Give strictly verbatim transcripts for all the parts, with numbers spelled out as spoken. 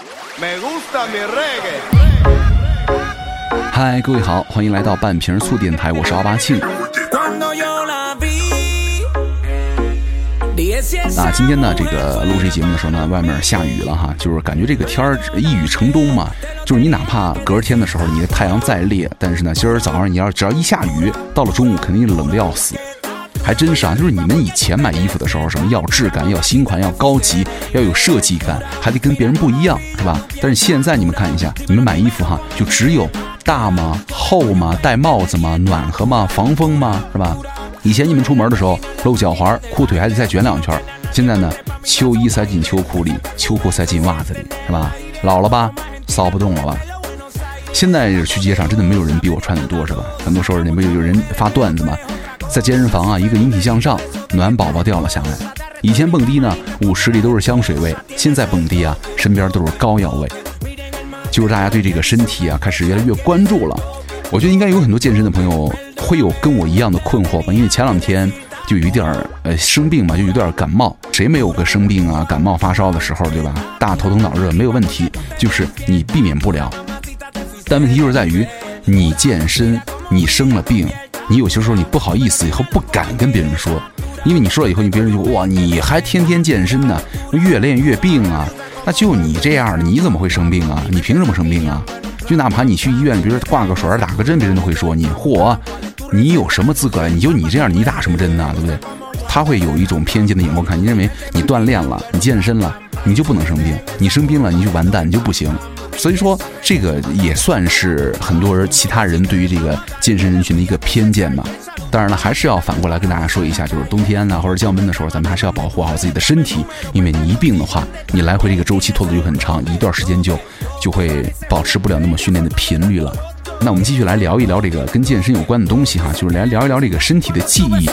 嗨，各位好，欢迎来到半瓶醋电台，我是奥巴庆。那今天呢，这个录这节目的时候呢，外面下雨了哈，就是感觉这个天儿一语成冬嘛，就是你哪怕隔天的时候你的太阳再烈，但是呢，今儿早上你要只要一下雨，到了中午肯定冷得要死。还真是啊，就是你们以前买衣服的时候，什么要质感、要新款、要高级、要有设计感，还得跟别人不一样，是吧？但是现在你们看一下，你们买衣服哈，就只有大吗、厚吗、戴帽子吗、暖和吗、防风吗，是吧？以前你们出门的时候露脚踝，裤腿还得再卷两圈，现在呢，秋衣塞进秋裤里，秋裤塞进袜子里，是吧？老了吧，骚不动了吧？现在去街上真的没有人比我穿得多，是吧？很多时候你们有人发段子嘛，在健身房啊，一个引体向上，暖宝宝掉了下来。以前蹦迪呢，舞池里都是香水味，现在蹦迪啊，身边都是膏药味。就是大家对这个身体啊，开始越来越关注了。我觉得应该有很多健身的朋友会有跟我一样的困惑吧，因为前两天就有一点呃生病嘛，就有点感冒。谁没有个生病啊、感冒发烧的时候，对吧？大头疼脑热没有问题，就是你避免不了。但问题就是在于，你健身，你生了病，你有些时候你不好意思，以后不敢跟别人说，因为你说了以后，你别人就哇，你还天天健身呢，越练越病啊，那就你这样的，你怎么会生病啊？你凭什么生病啊？就哪怕你去医院，比如说挂个水打个针，别人都会说你嚯，你有什么资格来？你就你这样，你打什么针呢？对不对？他会有一种偏见的眼光看你，认为你锻炼了，你健身了，你就不能生病，你生病了你就完蛋，你就不行。所以说这个也算是很多人其他人对于这个健身人群的一个偏见吧。当然了，还是要反过来跟大家说一下，就是冬天呢或者降温的时候，咱们还是要保护好自己的身体，因为你一病的话，你来回这个周期拖得就很长，一段时间就就会保持不了那么训练的频率了。那我们继续来聊一聊这个跟健身有关的东西哈，就是来聊一聊这个身体的记忆。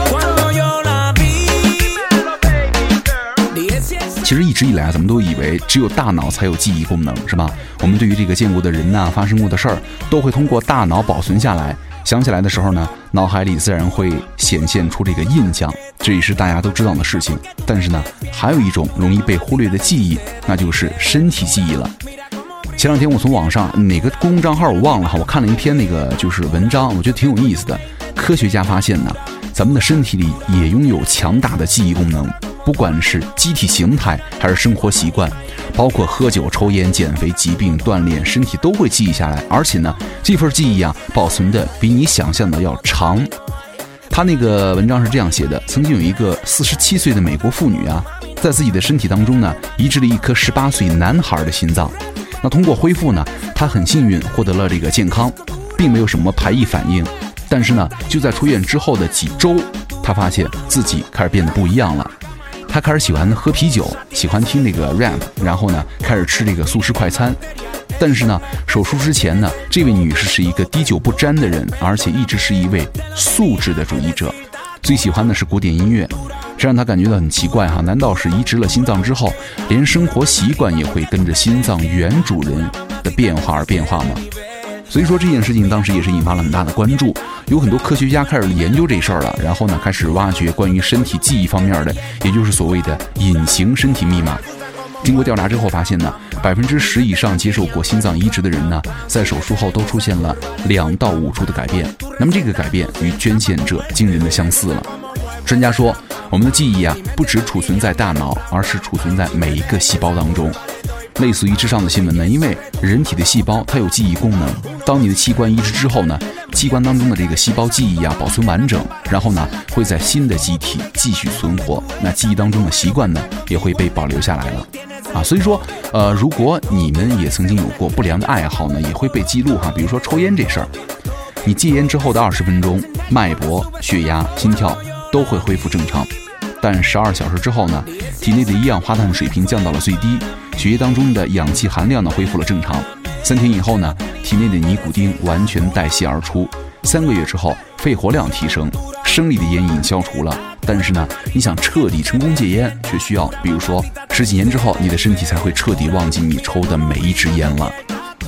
其实一直以来啊，咱们都以为只有大脑才有记忆功能，是吧？我们对于这个见过的人呐、啊、发生过的事儿，都会通过大脑保存下来。想起来的时候呢，脑海里自然会显现出这个印象，这也是大家都知道的事情。但是呢，还有一种容易被忽略的记忆，那就是身体记忆了。前两天我从网上哪个公众账号我忘了哈，我看了一篇那个就是文章，我觉得挺有意思的。科学家发现呢，咱们的身体里也拥有强大的记忆功能。不管是机体形态还是生活习惯，包括喝酒、抽烟、减肥、疾病、锻炼，身体都会记忆下来。而且呢，这份记忆啊，保存的比你想象的要长。他那个文章是这样写的：曾经有一个四十七岁的美国妇女啊，在自己的身体当中呢，移植了一颗十八岁男孩的心脏。那通过恢复呢，她很幸运获得了这个健康，并没有什么排异反应。但是呢，就在出院之后的几周，她发现自己开始变得不一样了。他开始喜欢喝啤酒，喜欢听那个 rap， 然后呢开始吃这个速食快餐。但是呢，手术之前呢，这位女士是一个滴酒不沾的人，而且一直是一位素质的主义者，最喜欢的是古典音乐。这让她感觉到很奇怪哈，难道是移植了心脏之后，连生活习惯也会跟着心脏原主人的变化而变化吗？所以说这件事情当时也是引发了很大的关注，有很多科学家开始研究这事儿了，然后呢开始挖掘关于身体记忆方面的，也就是所谓的隐形身体密码。经过调查之后发现呢，百分之十以上接受过心脏移植的人呢，在手术后都出现了两到五处的改变。那么这个改变与捐献者惊人的相似了。专家说，我们的记忆啊，不只储存在大脑，而是储存在每一个细胞当中。类似于之上的新闻呢，因为人体的细胞它有记忆功能，当你的器官移植之后呢，器官当中的这个细胞记忆啊保存完整，然后呢会在新的机体继续存活，那记忆当中的习惯呢也会被保留下来了啊。所以说呃，如果你们也曾经有过不良的爱好呢，也会被记录哈。比如说抽烟这事儿，你戒烟之后的二十分钟，脉搏、血压、心跳都会恢复正常，但十二小时之后呢，体内的一氧化碳水平降到了最低，血液当中的氧气含量呢恢复了正常。三天以后呢，体内的尼古丁完全代谢而出。三个月之后，肺活量提升，生理的烟瘾消除了。但是呢，你想彻底成功戒烟，却需要比如说十几年之后，你的身体才会彻底忘记你抽的每一支烟了。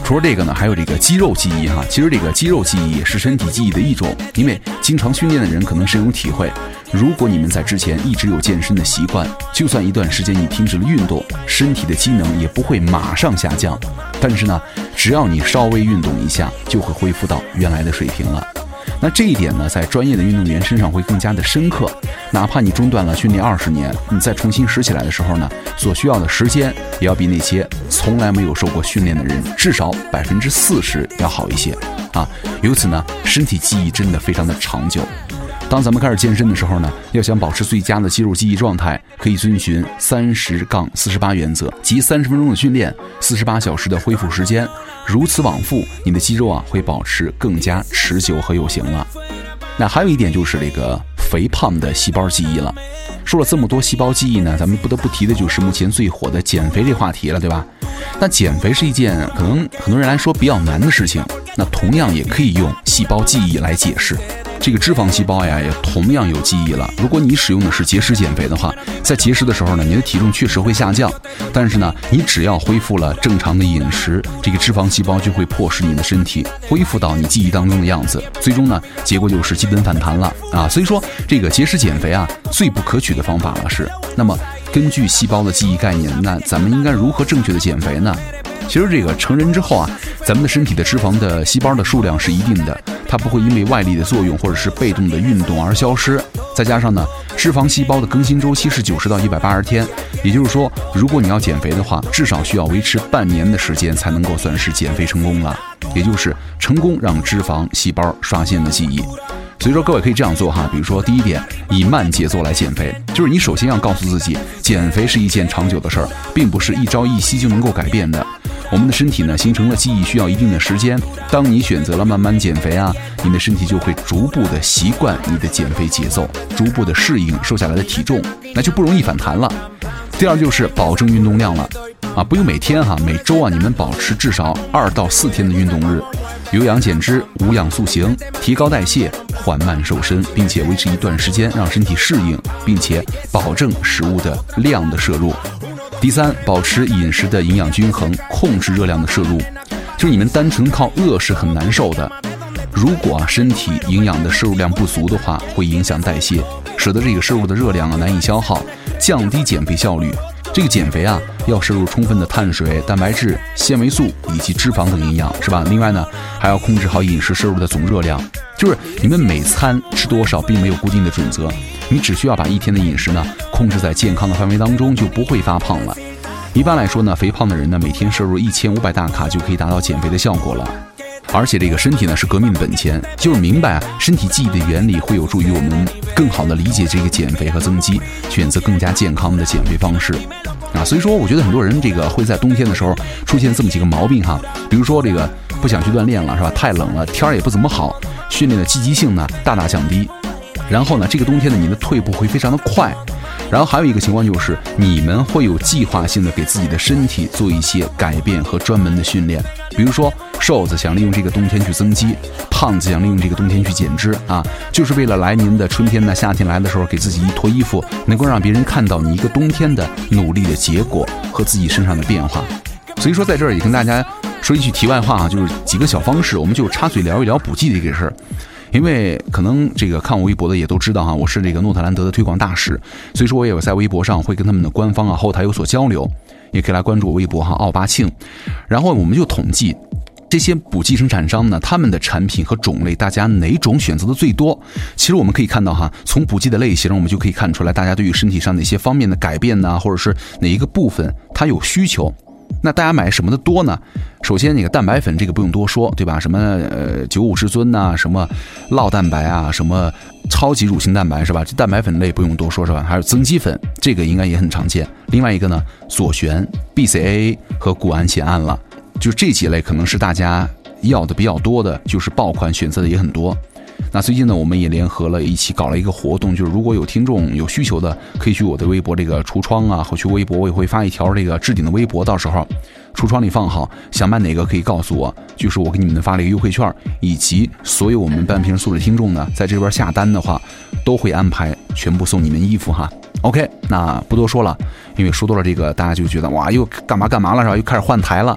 除了这个呢，还有这个肌肉记忆哈。其实这个肌肉记忆也是身体记忆的一种，因为经常训练的人可能深有体会。如果你们在之前一直有健身的习惯，就算一段时间你停止了运动，身体的机能也不会马上下降。但是呢，只要你稍微运动一下，就会恢复到原来的水平了。那这一点呢，在专业的运动员身上会更加的深刻。哪怕你中断了训练二十年，你再重新拾起来的时候呢，所需要的时间也要比那些从来没有受过训练的人至少百分之四十要好一些啊。由此呢，身体记忆真的非常的长久。当咱们开始健身的时候呢，要想保持最佳的肌肉记忆状态，可以遵循三十杠四十八原则，即三十分钟的训练，四十八小时的恢复时间，如此往复，你的肌肉啊会保持更加持久和有型了。那还有一点就是这个肥胖的细胞记忆了。说了这么多细胞记忆呢，咱们不得不提的就是目前最火的减肥这话题了，对吧？那减肥是一件可能很多人来说比较难的事情，那同样也可以用细胞记忆来解释。这个脂肪细胞呀，也同样有记忆了。如果你使用的是节食减肥的话，在节食的时候呢，你的体重确实会下降，但是呢，你只要恢复了正常的饮食，这个脂肪细胞就会迫使你的身体恢复到你记忆当中的样子，最终呢，结果就是基本反弹了啊。所以说，这个节食减肥啊，最不可取的方法了是。那么，根据细胞的记忆概念，那咱们应该如何正确的减肥呢？其实这个成人之后啊，咱们的身体的脂肪的细胞的数量是一定的，它不会因为外力的作用或者是被动的运动而消失。再加上呢，脂肪细胞的更新周期是九十到一百八十天，也就是说，如果你要减肥的话，至少需要维持半年的时间才能够算是减肥成功了，也就是成功让脂肪细胞刷新了记忆。所以说各位可以这样做哈，比如说第一点，以慢节奏来减肥，就是你首先要告诉自己，减肥是一件长久的事儿，并不是一朝一夕就能够改变的。我们的身体呢，形成了记忆需要一定的时间。当你选择了慢慢减肥啊，你的身体就会逐步的习惯你的减肥节奏，逐步的适应瘦下来的体重，那就不容易反弹了。第二就是保证运动量了啊，不用每天哈、啊，每周啊，你们保持至少二到四天的运动日，有氧减脂，无氧塑形，提高代谢，缓慢瘦身，并且维持一段时间，让身体适应，并且保证食物的量的摄入。第三，保持饮食的营养均衡，控制热量的摄入。就是你们单纯靠饿是很难受的，如果、啊、身体营养的摄入量不足的话，会影响代谢，使得这个摄入的热量啊难以消耗，降低减肥效率。这个减肥啊，要摄入充分的碳水、蛋白质、纤维素以及脂肪等营养，是吧？另外呢，还要控制好饮食摄入的总热量。就是你们每餐吃多少并没有固定的准则，你只需要把一天的饮食呢控制在健康的范围当中，就不会发胖了。一般来说呢，肥胖的人呢每天摄入一千五百大卡就可以达到减肥的效果了。而且这个身体呢是革命的本钱，就是明白啊身体记忆的原理，会有助于我们更好的理解这个减肥和增肌，选择更加健康的减肥方式啊。所以说我觉得很多人这个会在冬天的时候出现这么几个毛病哈，比如说这个不想去锻炼了是吧，太冷了，天儿也不怎么好，训练的积极性呢大大降低，然后呢这个冬天呢你的退步会非常的快。然后还有一个情况就是，你们会有计划性的给自己的身体做一些改变和专门的训练，比如说瘦子想利用这个冬天去增肌，胖子想利用这个冬天去减脂啊，就是为了来年的春天呢、夏天来的时候，给自己一脱衣服，能够让别人看到你一个冬天的努力的结果和自己身上的变化。所以说在这儿也跟大家说一句题外话啊，就是几个小方式，我们就插嘴聊一聊补剂的这个事儿。因为可能这个看我微博的也都知道哈，我是这个诺特兰德的推广大使，所以说我也有在微博上会跟他们的官方啊后台有所交流，也可以来关注我微博哈奥巴庆。然后我们就统计这些补剂生产商呢，他们的产品和种类，大家哪种选择的最多？其实我们可以看到哈，从补剂的类型，我们就可以看出来，大家对于身体上的一些方面的改变呢，或者是哪一个部分它有需求。那大家买什么的多呢？首先那个蛋白粉这个不用多说，对吧？什么呃九五至尊呐、啊，什么酪蛋白啊，什么超级乳清蛋白是吧？这蛋白粉类不用多说是吧？还有增肌粉，这个应该也很常见。另外一个呢，左旋、B C A A 和谷氨酰胺了，就这几类可能是大家要的比较多的，就是爆款选择的也很多。那最近呢，我们也联合了一起搞了一个活动，就是如果有听众有需求的，可以去我的微博这个橱窗啊，或去微博我也会发一条这个置顶的微博，到时候橱窗里放好，想买哪个可以告诉我，就是我给你们发了一个优惠券，以及所有我们半瓶素质听众呢，在这边下单的话，都会安排全部送你们衣服哈。OK， 那不多说了，因为说多了这个大家就觉得哇又干嘛干嘛了是吧？又开始换台了。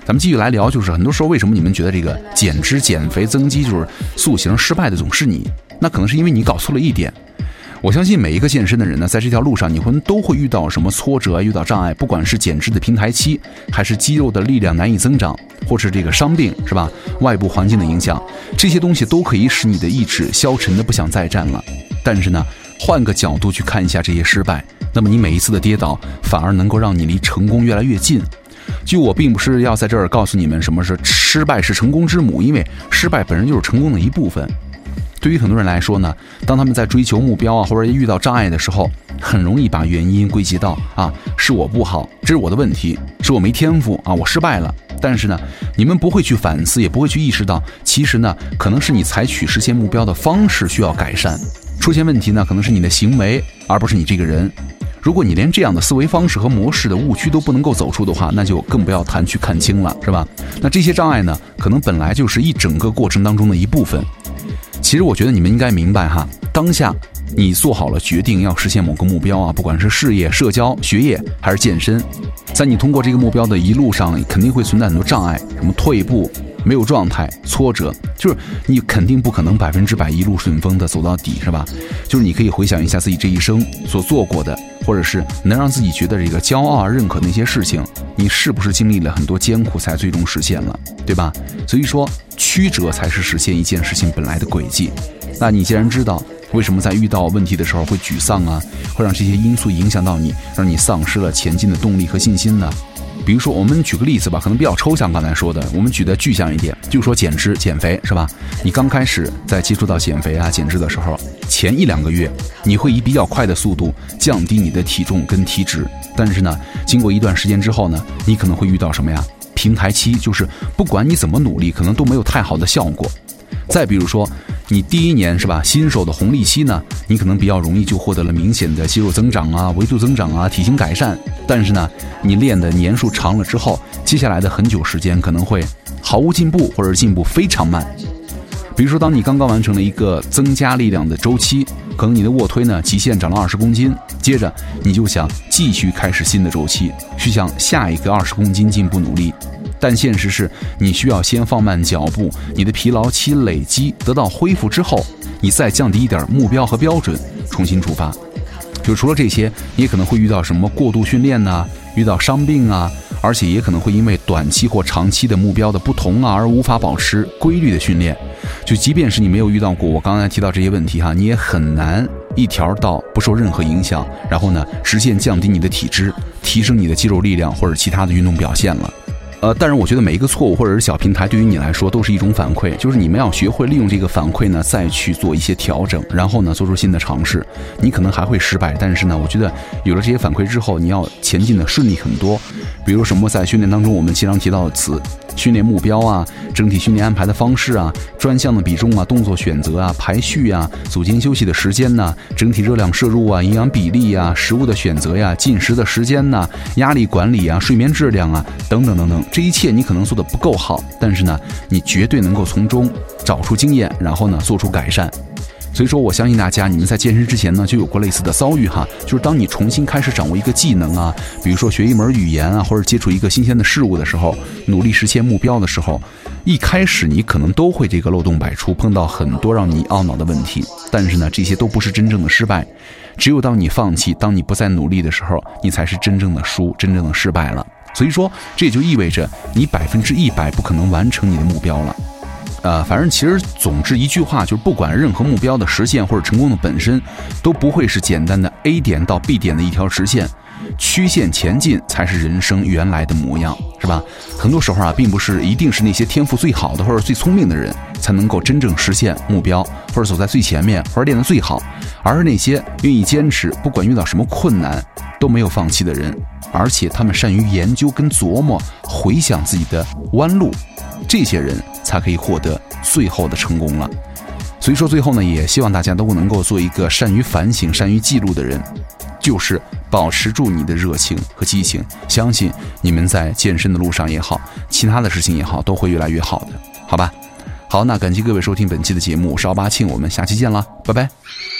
咱们继续来聊，就是很多时候为什么你们觉得这个减脂、减肥、增肌就是塑形失败的总是你？那可能是因为你搞错了一点。我相信每一个健身的人呢，在这条路上你会都会遇到什么挫折，遇到障碍，不管是减脂的平台期，还是肌肉的力量难以增长，或是这个伤病，是吧？外部环境的影响，这些东西都可以使你的意志消沉的不想再战了。但是呢，换个角度去看一下这些失败，那么你每一次的跌倒，反而能够让你离成功越来越近。就我并不是要在这儿告诉你们什么是失败是成功之母，因为失败本身就是成功的一部分。对于很多人来说呢，当他们在追求目标啊，或者遇到障碍的时候，很容易把原因归结到啊，是我不好，这是我的问题，是我没天赋啊，我失败了。但是呢，你们不会去反思，也不会去意识到，其实呢，可能是你采取实现目标的方式需要改善。出现问题呢，可能是你的行为，而不是你这个人。如果你连这样的思维方式和模式的误区都不能够走出的话，那就更不要谈去看清了，是吧？那这些障碍呢，可能本来就是一整个过程当中的一部分。其实我觉得你们应该明白哈，当下你做好了决定要实现某个目标啊，不管是事业、社交、学业还是健身，在你通过这个目标的一路上，肯定会存在很多障碍，什么退步、没有状态、挫折，就是你肯定不可能百分之百一路顺风的走到底，是吧？就是你可以回想一下自己这一生所做过的，或者是能让自己觉得这个骄傲啊、认可那些事情，你是不是经历了很多艰苦才最终实现了，对吧？所以说曲折才是实现一件事情本来的轨迹。那你既然知道为什么在遇到问题的时候会沮丧啊，会让这些因素影响到你，让你丧失了前进的动力和信心呢？比如说我们举个例子吧，可能比较抽象，刚才说的我们举的具象一点，就说减脂减肥，是吧？你刚开始在接触到减肥啊减脂的时候，前一两个月你会以比较快的速度降低你的体重跟体脂，但是呢，经过一段时间之后呢，你可能会遇到什么呀？平台期，就是不管你怎么努力，可能都没有太好的效果。再比如说你第一年是吧，新手的红利期呢，你可能比较容易就获得了明显的肌肉增长啊、维度增长啊、体型改善，但是呢，你练的年数长了之后，接下来的很久时间可能会毫无进步，或者进步非常慢。比如说当你刚刚完成了一个增加力量的周期，可能你的卧推呢极限长了二十公斤，接着你就想继续开始新的周期，去向下一个二十公斤进步努力。但现实是你需要先放慢脚步，你的疲劳期累积得到恢复之后，你再降低一点目标和标准，重新出发。就除了这些，你也可能会遇到什么过度训练啊，遇到伤病啊，而且也可能会因为短期或长期的目标的不同啊，而无法保持规律的训练。就即便是你没有遇到过我刚才提到这些问题哈，你也很难一条道不受任何影响，然后呢，实现降低你的体脂，提升你的肌肉力量或者其他的运动表现了。呃，但是我觉得每一个错误或者是小平台对于你来说都是一种反馈，就是你们要学会利用这个反馈呢，再去做一些调整，然后呢做出新的尝试。你可能还会失败，但是呢，我觉得有了这些反馈之后，你要前进的顺利很多。比如什么在训练当中我们经常提到的词，训练目标啊，整体训练安排的方式啊，专项的比重啊，动作选择啊，排序啊，组间休息的时间呐、啊，整体热量摄入啊，营养比例啊，食物的选择呀、啊，进食的时间呐、啊，压力管理啊，睡眠质量啊，等等等等，这一切你可能做的不够好，但是呢，你绝对能够从中找出经验，然后呢，做出改善。所以说我相信大家，你们在健身之前呢就有过类似的遭遇哈，就是当你重新开始掌握一个技能啊，比如说学一门语言啊，或者接触一个新鲜的事物的时候，努力实现目标的时候，一开始你可能都会这个漏洞百出，碰到很多让你懊恼的问题，但是呢，这些都不是真正的失败。只有当你放弃，当你不再努力的时候，你才是真正的输，真正的失败了。所以说这也就意味着你百分之一百不可能完成你的目标了。呃，反正其实总之一句话，就是不管任何目标的实现或者成功的本身，都不会是简单的 A 点到 B 点的一条直线，曲线前进才是人生原来的模样，是吧？很多时候啊，并不是一定是那些天赋最好的或者最聪明的人才能够真正实现目标，或者走在最前面，或者练得最好，而是那些愿意坚持，不管遇到什么困难都没有放弃的人，而且他们善于研究跟琢磨，回想自己的弯路，这些人才可以获得最后的成功了。所以说最后呢，也希望大家都能够做一个善于反省、善于记录的人，就是保持住你的热情和激情，相信你们在健身的路上也好，其他的事情也好，都会越来越好的，好吧？好，那感谢各位收听本期的节目，我是奥巴庆，我们下期见了，拜拜。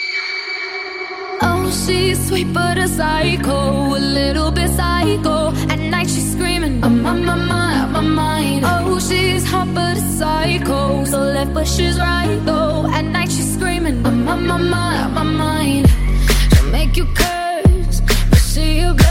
Oh, she's sweet but a psycho, a little bit psycho. At night she's screaming, I'm on my mind, my mind. but she's right though. At night she's screaming, I'm on my mind, on my mind. She'll make you curse, but see you go.